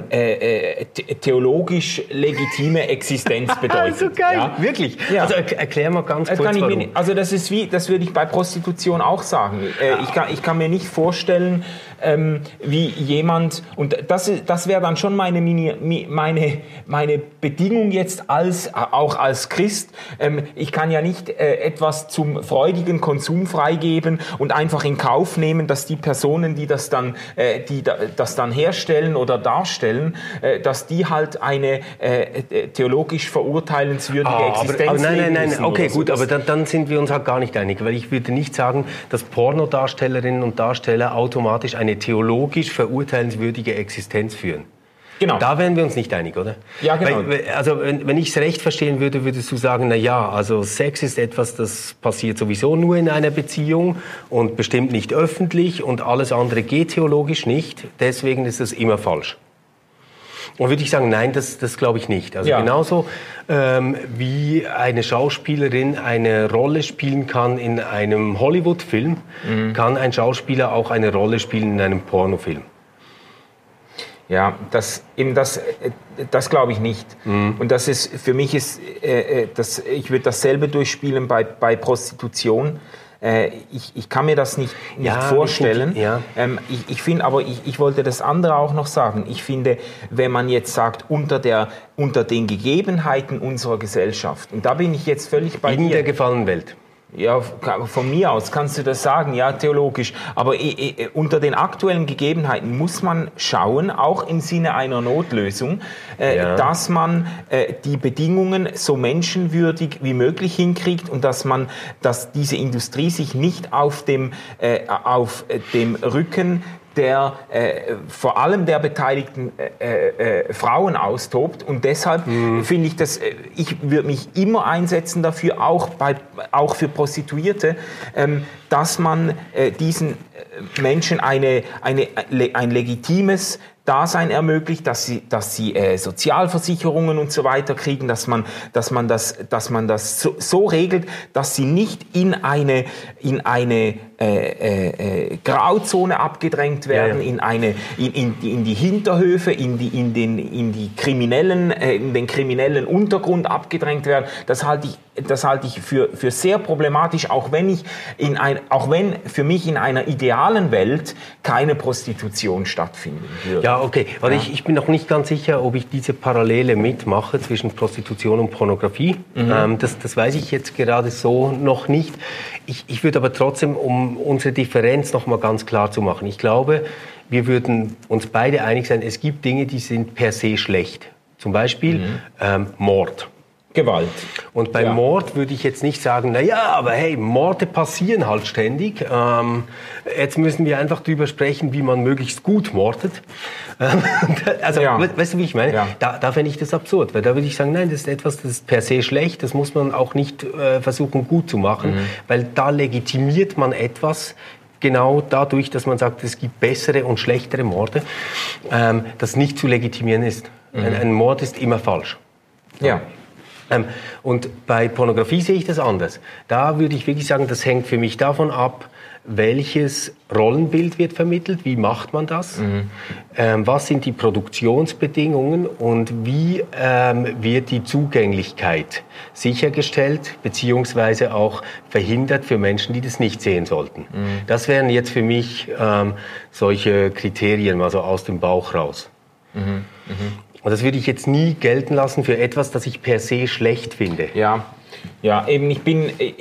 theologisch legitime Existenz bedeutet. So geil, ja? Wirklich? Ja. Also erklär mal ganz kurz, warum. Also das würde ich bei Prostitution auch sagen. Ich kann mir nicht vorstellen, wie jemand, und das wäre dann schon meine Bedingung jetzt auch als Christ. Ich kann ja nicht etwas zum freudigen Konsum freigeben und einfach in Kauf nehmen, dass die Personen, die das dann herstellen oder darstellen, dass die halt eine theologisch verurteilenswürdige Existenz aber nein, müssen okay, so. gut, aber dann sind wir uns halt gar nicht einig, weil ich würde nicht sagen, dass Pornodarstellerinnen und Darsteller automatisch eine theologisch verurteilenswürdige Existenz führen. Genau. Da wären wir uns nicht einig, oder? Ja, genau. Also wenn ich es recht verstehen würde, würdest du sagen, na ja, also Sex ist etwas, das passiert sowieso nur in einer Beziehung und bestimmt nicht öffentlich und alles andere geht theologisch nicht, deswegen ist es immer falsch. Und würde ich sagen, nein, das glaube ich nicht. Also genauso wie eine Schauspielerin eine Rolle spielen kann in einem Hollywood-Film, kann ein Schauspieler auch eine Rolle spielen in einem Pornofilm. Ja, das glaube ich nicht. Und das ist, für mich ist, ich würde dasselbe durchspielen bei Prostitution. Ich kann mir das nicht vorstellen. Ich finde, aber ich wollte das andere auch noch sagen. Ich finde, wenn man jetzt sagt, unter den Gegebenheiten unserer Gesellschaft, und da bin ich jetzt völlig bei dir. In der gefallenen Welt. Ja, von mir aus kannst du das sagen, ja, theologisch. Aber unter den aktuellen Gegebenheiten muss man schauen, auch im Sinne einer Notlösung, dass man die Bedingungen so menschenwürdig wie möglich hinkriegt und dass diese Industrie sich nicht auf dem Rücken der vor allem der beteiligten Frauen austobt. Und deshalb finde ich, ich würde mich immer einsetzen dafür, auch für Prostituierte, dass man diesen Menschen ein legitimes Dasein ermöglicht, dass sie Sozialversicherungen und so weiter kriegen, dass man das so regelt, dass sie nicht in eine Grauzone abgedrängt werden, in die Hinterhöfe, in den kriminellen Untergrund abgedrängt werden. Das halte ich für sehr problematisch, auch wenn für mich in einer idealen Welt keine Prostitution stattfinden würde. Ja, okay. Aber ich bin noch nicht ganz sicher, ob ich diese Parallele mitmache zwischen Prostitution und Pornografie. Das weiß ich jetzt gerade so noch nicht. Ich würde aber trotzdem, um unsere Differenz noch mal ganz klar zu machen, ich glaube, wir würden uns beide einig sein, es gibt Dinge, die sind per se schlecht. Zum Beispiel Mord. Gewalt. Und bei Mord würde ich jetzt nicht sagen, na ja, aber hey, Morde passieren halt ständig. Jetzt müssen wir einfach drüber sprechen, wie man möglichst gut mordet. Weißt du, wie ich meine? Ja. Da fände ich das absurd, weil da würde ich sagen, nein, das ist etwas, das ist per se schlecht, das muss man auch nicht versuchen gut zu machen, weil da legitimiert man etwas, genau dadurch, dass man sagt, es gibt bessere und schlechtere Morde, das nicht zu legitimieren ist. Ein Mord ist immer falsch. Ja. Und bei Pornografie sehe ich das anders. Da würde ich wirklich sagen, das hängt für mich davon ab, welches Rollenbild wird vermittelt, wie macht man das, was sind die Produktionsbedingungen und wie wird die Zugänglichkeit sichergestellt, beziehungsweise auch verhindert für Menschen, die das nicht sehen sollten. Das wären jetzt für mich solche Kriterien, also aus dem Bauch raus. Und das würde ich jetzt nie gelten lassen für etwas, das ich per se schlecht finde. Ja, eben ich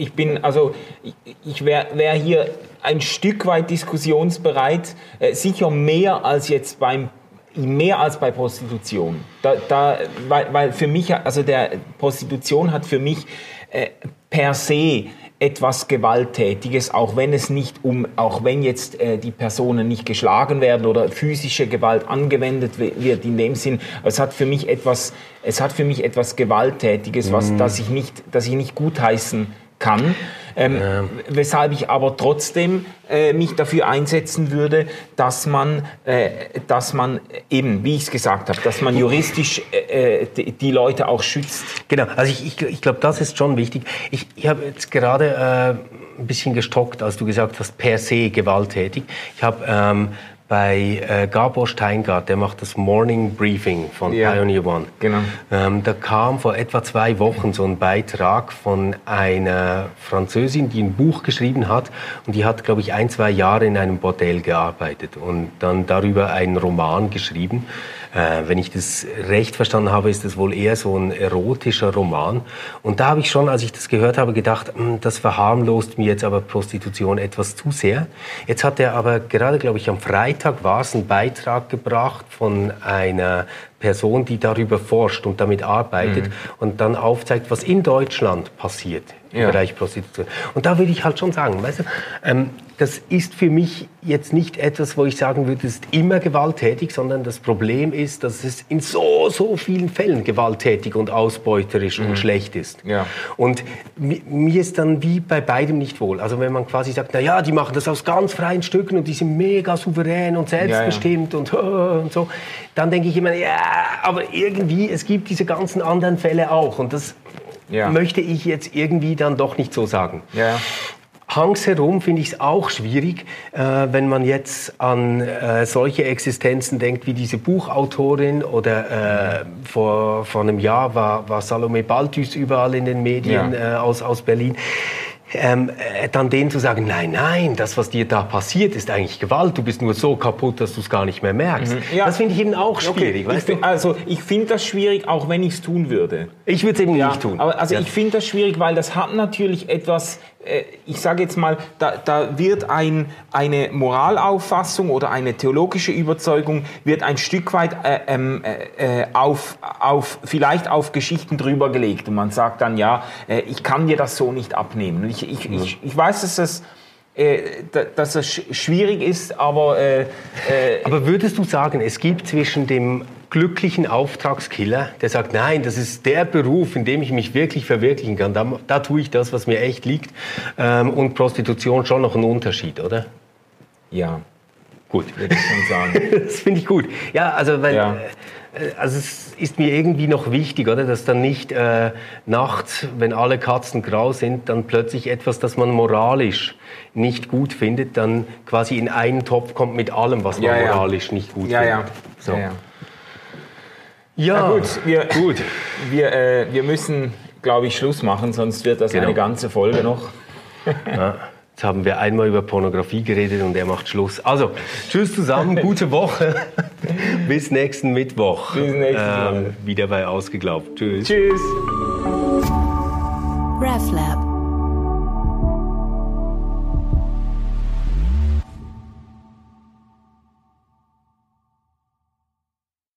wäre hier ein Stück weit diskussionsbereit, sicher mehr als bei Prostitution. Weil für mich, also Prostitution hat für mich per se etwas Gewalttätiges, auch wenn jetzt die Personen nicht geschlagen werden oder physische Gewalt angewendet wird in dem Sinn. Es hat für mich etwas Gewalttätiges, das ich nicht gutheißen kann. Weshalb ich aber trotzdem mich dafür einsetzen würde, dass man eben, wie ich es gesagt habe, dass man juristisch die Leute auch schützt. Genau, also ich glaube, das ist schon wichtig. Ich habe jetzt gerade ein bisschen gestockt, als du gesagt hast, per se gewalttätig. Ich habe bei Gabor Steingart, der macht das Morning Briefing von Pioneer One. Genau. Da kam vor etwa 2 Wochen so ein Beitrag von einer Französin, die ein Buch geschrieben hat und die hat, glaube ich, 1-2 Jahre in einem Bordell gearbeitet und dann darüber einen Roman geschrieben. Wenn ich das recht verstanden habe, ist das wohl eher so ein erotischer Roman. Und da habe ich schon, als ich das gehört habe, gedacht, das verharmlost mir jetzt aber Prostitution etwas zu sehr. Jetzt hat er aber gerade, glaube ich, am Freitag war es, einen Beitrag gebracht von einer Person, die darüber forscht und damit arbeitet und dann aufzeigt, was in Deutschland passiert im Bereich Prostitution. Und da würde ich halt schon sagen, weißt du, das ist für mich jetzt nicht etwas, wo ich sagen würde, es ist immer gewalttätig, sondern das Problem ist, dass es in so vielen Fällen gewalttätig und ausbeuterisch und schlecht ist. Ja. Und mir ist dann wie bei beidem nicht wohl. Also wenn man quasi sagt, na ja, die machen das aus ganz freien Stücken und die sind mega souverän und selbstbestimmt und so, dann denke ich immer, ja, aber irgendwie, es gibt diese ganzen anderen Fälle auch und das möchte ich jetzt irgendwie dann doch nicht so sagen. Ja. Hangsherum finde ich es auch schwierig, wenn man jetzt an solche Existenzen denkt wie diese Buchautorin oder vor einem Jahr war Salome Balthus überall in den Medien aus Berlin. Dann denen zu sagen, nein, das, was dir da passiert, ist eigentlich Gewalt. Du bist nur so kaputt, dass du es gar nicht mehr merkst. Ja. Das finde ich eben auch schwierig. Okay. Weißt du? Also ich finde das schwierig, auch wenn ich es tun würde. Ich würde es eben nicht tun. Aber ich finde das schwierig, weil das hat natürlich etwas, ich sage jetzt mal, da wird eine Moralauffassung oder eine theologische Überzeugung wird ein Stück weit vielleicht auf Geschichten drüber gelegt. Und man sagt dann, ich kann dir das so nicht abnehmen. Und ich weiß, dass das schwierig ist, aber... Aber würdest du sagen, es gibt zwischen dem glücklichen Auftragskiller, der sagt, nein, das ist der Beruf, in dem ich mich wirklich verwirklichen kann, da tue ich das, was mir echt liegt, und Prostitution schon noch ein Unterschied, oder? Ja. Gut. Würde ich schon sagen. Das finde ich gut. Ja, also, also es ist mir irgendwie noch wichtig, oder, dass dann nicht nachts, wenn alle Katzen grau sind, dann plötzlich etwas, das man moralisch nicht gut findet, dann quasi in einen Topf kommt mit allem, was man moralisch nicht gut findet. So. Ja, gut. Wir müssen, glaube ich, Schluss machen, sonst wird das eine ganze Folge noch. Ja, jetzt haben wir einmal über Pornografie geredet und er macht Schluss. Also, tschüss zusammen, gute Woche. Bis nächsten Mittwoch. Bis nächstes Mal. Wieder bei Ausgeglaubt. Tschüss. Tschüss. RefLab.